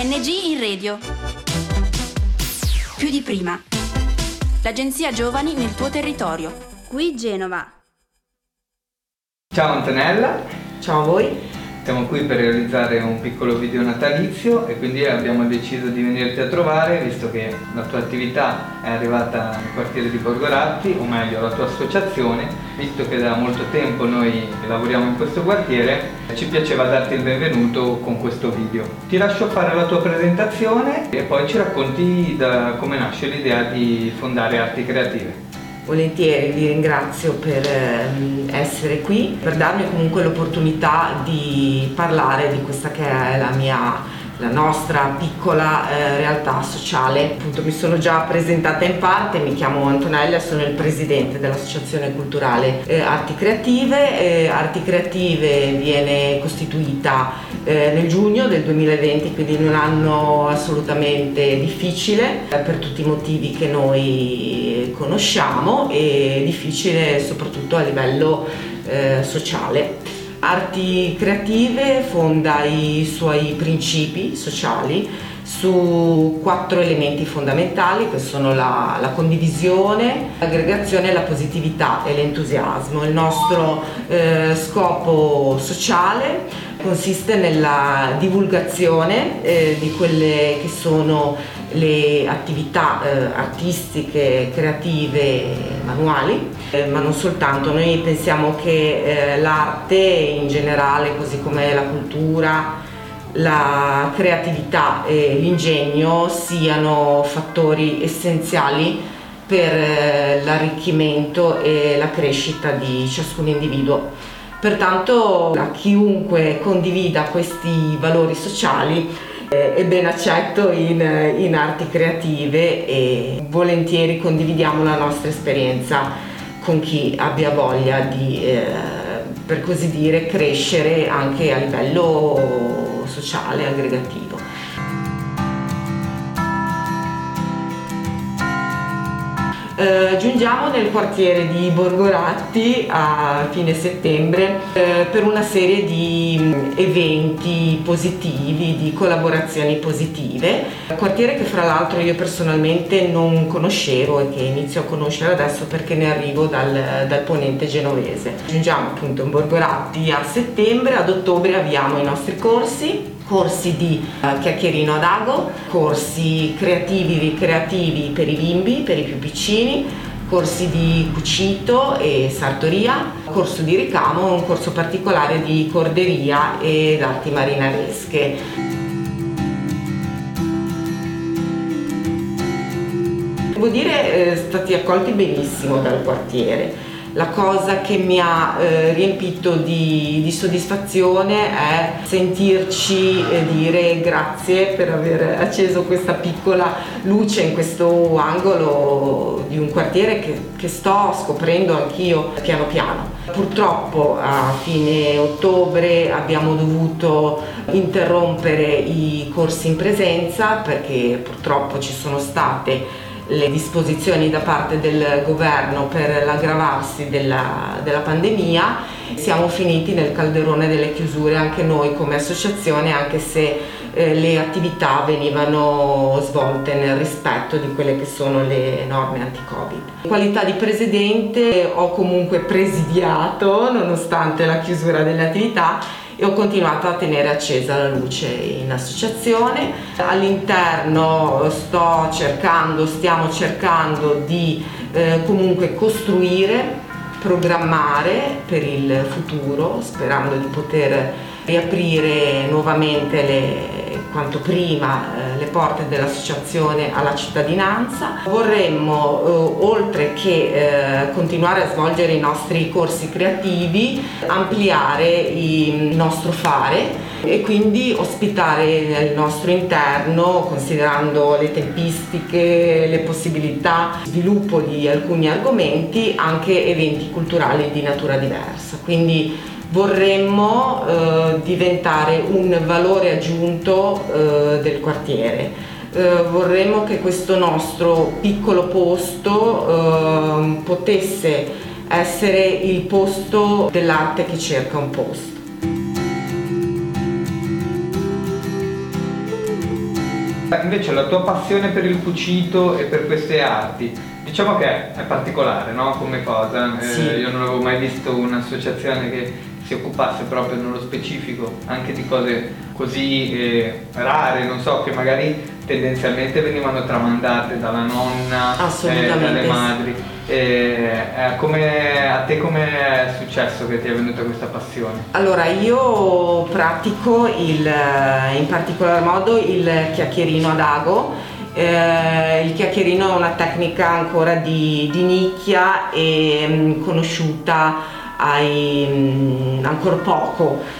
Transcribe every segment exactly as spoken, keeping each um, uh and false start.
A N G in radio. Più di prima. L'agenzia Giovani nel tuo territorio. Qui Genova. Ciao Antonella. Ciao a voi. Siamo qui per realizzare un piccolo video natalizio e quindi abbiamo deciso di venirti a trovare, visto che la tua attività è arrivata nel quartiere di Borgoratti, o meglio la tua associazione. Visto che da molto tempo noi lavoriamo in questo quartiere, ci piaceva darti il benvenuto con questo video. Ti lascio fare la tua presentazione e poi ci racconti da come nasce l'idea di fondare Arti Creative. Volentieri, vi ringrazio per essere qui, per darmi comunque l'opportunità di parlare di questa che è la mia, la nostra piccola eh, realtà sociale. Appunto, mi sono già presentata in parte, mi chiamo Antonella, sono il presidente dell'Associazione Culturale eh, Arti Creative. Eh, Arti Creative viene costituita eh, nel giugno del duemilaventi, quindi in un anno assolutamente difficile eh, per tutti i motivi che noi conosciamo e difficile soprattutto a livello eh, sociale. Arti Creative fonda i suoi principi sociali su quattro elementi fondamentali, che sono la, la condivisione, l'aggregazione, la positività e l'entusiasmo. Il nostro eh, scopo sociale consiste nella divulgazione eh, di quelle che sono le attività eh, artistiche, creative, manuali, eh, ma non soltanto. Noi pensiamo che eh, l'arte in generale, così come la cultura, la creatività e l'ingegno siano fattori essenziali per eh, l'arricchimento e la crescita di ciascun individuo. Pertanto a chiunque condivida questi valori sociali eh, è ben accetto in, in Arti Creative e volentieri condividiamo la nostra esperienza con chi abbia voglia di, eh, per così dire, crescere anche a livello sociale, aggregativo. Eh, giungiamo nel quartiere di Borgoratti a fine settembre eh, per una serie di mh, eventi positivi, di collaborazioni positive. Quartiere che fra l'altro io personalmente non conoscevo e che inizio a conoscere adesso perché ne arrivo dal, dal ponente genovese. Giungiamo appunto in Borgoratti a settembre, ad ottobre avviamo i nostri corsi. Corsi di uh, chiacchierino ad ago, corsi creativi ricreativi per i bimbi, per i più piccini, corsi di cucito e sartoria, corso di ricamo, un corso particolare di corderia ed arti marinaresche. Devo dire, eh, stati accolti benissimo dal quartiere. La cosa che mi ha eh, riempito di, di soddisfazione è sentirci eh, dire grazie per aver acceso questa piccola luce in questo angolo di un quartiere che, che sto scoprendo anch'io piano piano. Purtroppo a fine ottobre abbiamo dovuto interrompere i corsi in presenza perché purtroppo ci sono state le disposizioni da parte del governo per l'aggravarsi della, della pandemia. Siamo finiti nel calderone delle chiusure anche noi come associazione, anche se eh, le attività venivano svolte nel rispetto di quelle che sono le norme anti-Covid. In qualità di presidente ho comunque presidiato nonostante la chiusura delle attività e ho continuato a tenere accesa la luce in associazione. All'interno sto cercando, stiamo cercando di eh, comunque costruire, programmare per il futuro, sperando di poter riaprire nuovamente le, quanto prima eh, le porte dell'associazione alla cittadinanza. Vorremmo, eh, oltre che eh, continuare a svolgere i nostri corsi creativi, ampliare il nostro fare e quindi ospitare nel nostro interno, considerando le tempistiche, le possibilità di sviluppo di alcuni argomenti, anche eventi culturali di natura diversa. Quindi vorremmo eh, diventare un valore aggiunto eh, del quartiere. Eh, vorremmo che questo nostro piccolo posto eh, potesse essere il posto dell'arte che cerca un posto. Invece la tua passione per il cucito e per queste arti, diciamo che è particolare, no? Come cosa. Sì. Eh, io non avevo mai visto un'associazione che si occupasse proprio nello specifico anche di cose così eh, rare, non so, che magari tendenzialmente venivano tramandate dalla nonna, eh, dalle madri. Eh, eh, come, a te come è successo che ti è venuta questa passione? Allora, io pratico il, in particolar modo il chiacchierino ad ago. Eh, il chiacchierino è una tecnica ancora di, di nicchia e mh, conosciuta ai, mh, ancora poco.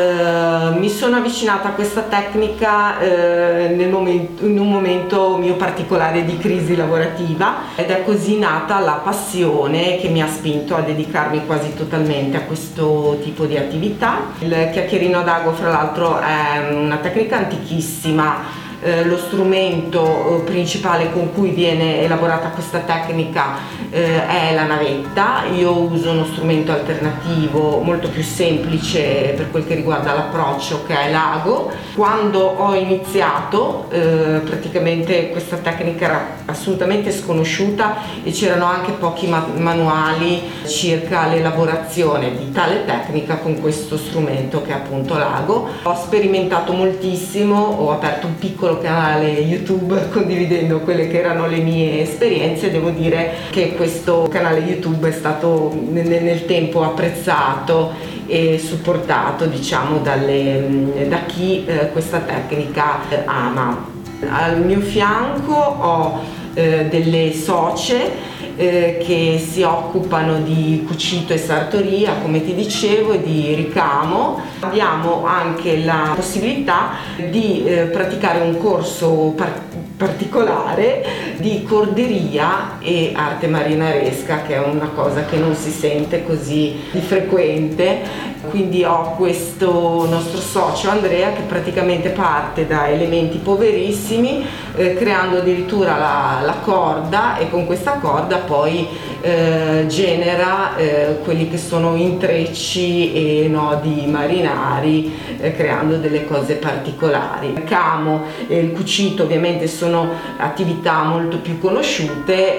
Eh, mi sono avvicinata a questa tecnica eh, nel momento, in un momento mio particolare di crisi lavorativa, ed è così nata la passione che mi ha spinto a dedicarmi quasi totalmente a questo tipo di attività. Il chiacchierino ad ago, fra l'altro, è una tecnica antichissima. Eh, lo strumento eh, principale con cui viene elaborata questa tecnica eh, è la navetta. Io uso uno strumento alternativo molto più semplice per quel che riguarda l'approccio, che è l'ago. Quando ho iniziato eh, praticamente questa tecnica era assolutamente sconosciuta e c'erano anche pochi ma- manuali circa l'elaborazione di tale tecnica con questo strumento che è appunto l'ago. Ho sperimentato moltissimo, ho aperto un piccolo canale YouTube condividendo quelle che erano le mie esperienze. Devo dire che questo canale YouTube è stato nel, nel tempo apprezzato e supportato, diciamo, dalle, da chi eh, questa tecnica eh, ama. Al mio fianco ho eh, delle socie eh, che si occupano di cucito e sartoria, come ti dicevo, e di ricamo. Abbiamo anche la possibilità di eh, praticare un corso par- particolare di corderia e arte marinaresca, che è una cosa che non si sente così di frequente. Quindi ho questo nostro socio Andrea che praticamente parte da elementi poverissimi, eh, creando addirittura la, la corda, e con questa corda poi eh, genera eh, quelli che sono intrecci e nodi marinari, eh, creando delle cose particolari. Il ricamo e il cucito ovviamente sono attività molto più conosciute,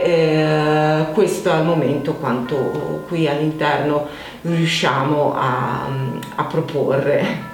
eh, questo è al momento quanto qui all'interno riusciamo a, a proporre.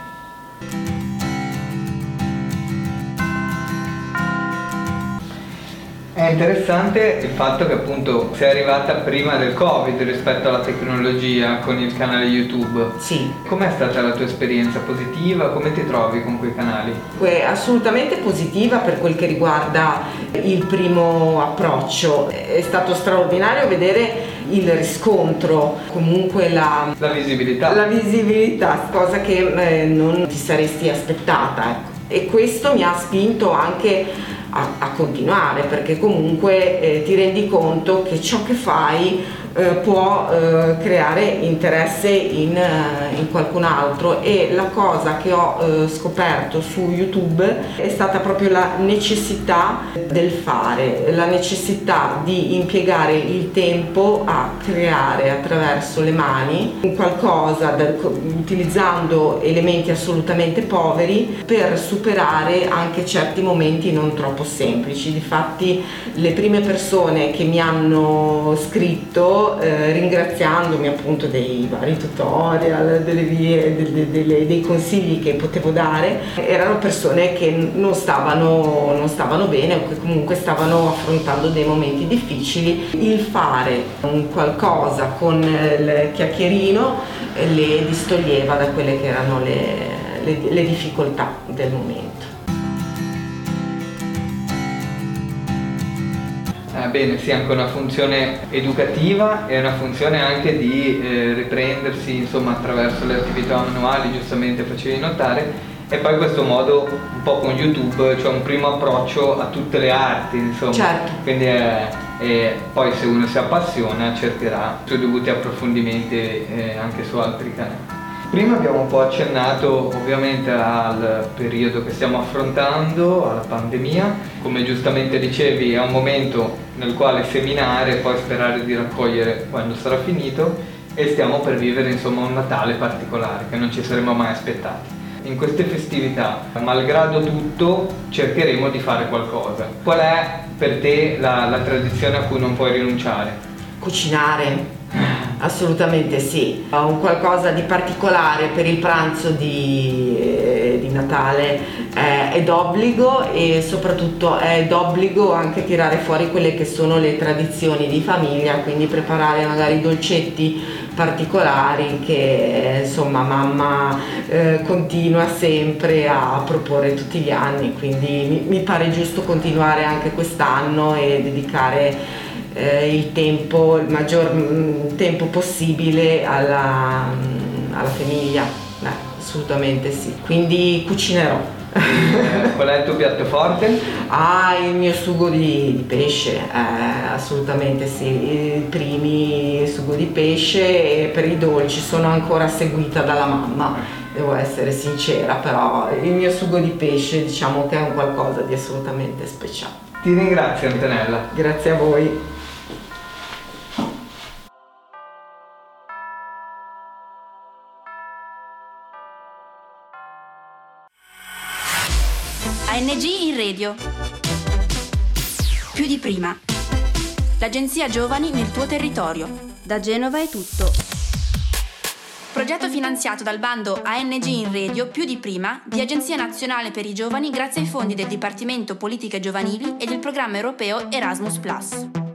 È interessante il fatto che appunto sei arrivata prima del Covid rispetto alla tecnologia con il canale YouTube. Sì. Com'è stata la tua esperienza? Positiva? Come ti trovi con quei canali? È assolutamente positiva per quel che riguarda il primo approccio. È stato straordinario vedere il riscontro, comunque la, la visibilità. La visibilità, cosa che eh, non ti saresti aspettata, ecco. E questo mi ha spinto anche a, a continuare, perché comunque eh, ti rendi conto che ciò che fai eh, può eh, creare interesse in, eh, in qualcun altro. E la cosa che ho eh, scoperto su YouTube è stata proprio la necessità del fare, la necessità di impiegare il tempo a creare attraverso le mani un qualcosa da, utilizzando elementi assolutamente poveri per superare anche certi momenti non troppo semplici. Difatti le prime persone che mi hanno scritto eh, ringraziandomi appunto dei vari tutorial, delle vie, de, de, de, dei consigli che potevo dare, erano persone che non stavano, non stavano bene o che comunque stavano affrontando dei momenti difficili. Il fare un qualcosa con il chiacchierino le distoglieva da quelle che erano le, le, le difficoltà del momento. Ah, bene, sì, anche una funzione educativa e una funzione anche di eh, riprendersi, insomma, attraverso le attività manuali, giustamente facevi notare, e poi questo modo un po' con YouTube, cioè un primo approccio a tutte le arti, insomma. Certo. Quindi è, e poi se uno si appassiona cercherà i suoi dovuti approfondimenti eh, anche su altri canali. Prima abbiamo un po' accennato ovviamente al periodo che stiamo affrontando, alla pandemia. Come giustamente dicevi, è un momento nel quale seminare e poi sperare di raccogliere quando sarà finito, e stiamo per vivere insomma un Natale particolare che non ci saremmo mai aspettati. In queste festività, malgrado tutto, cercheremo di fare qualcosa. Qual è per te la, la tradizione a cui non puoi rinunciare? Cucinare. Assolutamente sì, ho un qualcosa di particolare per il pranzo di, eh, di Natale, eh, è d'obbligo, e soprattutto è d'obbligo anche tirare fuori quelle che sono le tradizioni di famiglia, quindi preparare magari dolcetti particolari che eh, insomma mamma eh, continua sempre a proporre tutti gli anni, quindi mi, mi pare giusto continuare anche quest'anno e dedicare Eh, il tempo, il maggior mh, tempo possibile alla, mh, alla famiglia. Beh, assolutamente sì, quindi cucinerò. Eh, qual è il tuo piatto forte? Ah, il mio sugo di, di pesce, eh, assolutamente sì, i primi sugo di pesce, e per i dolci sono ancora seguita dalla mamma, devo essere sincera, però il mio sugo di pesce diciamo che è un qualcosa di assolutamente speciale. Ti ringrazio, Antonella. Grazie a voi. A N G in radio. Più di prima. L'agenzia Giovani nel tuo territorio. Da Genova è tutto. Progetto finanziato dal bando A N G in radio Più di prima di Agenzia Nazionale per i Giovani grazie ai fondi del Dipartimento Politiche Giovanili e del programma europeo Erasmus plus.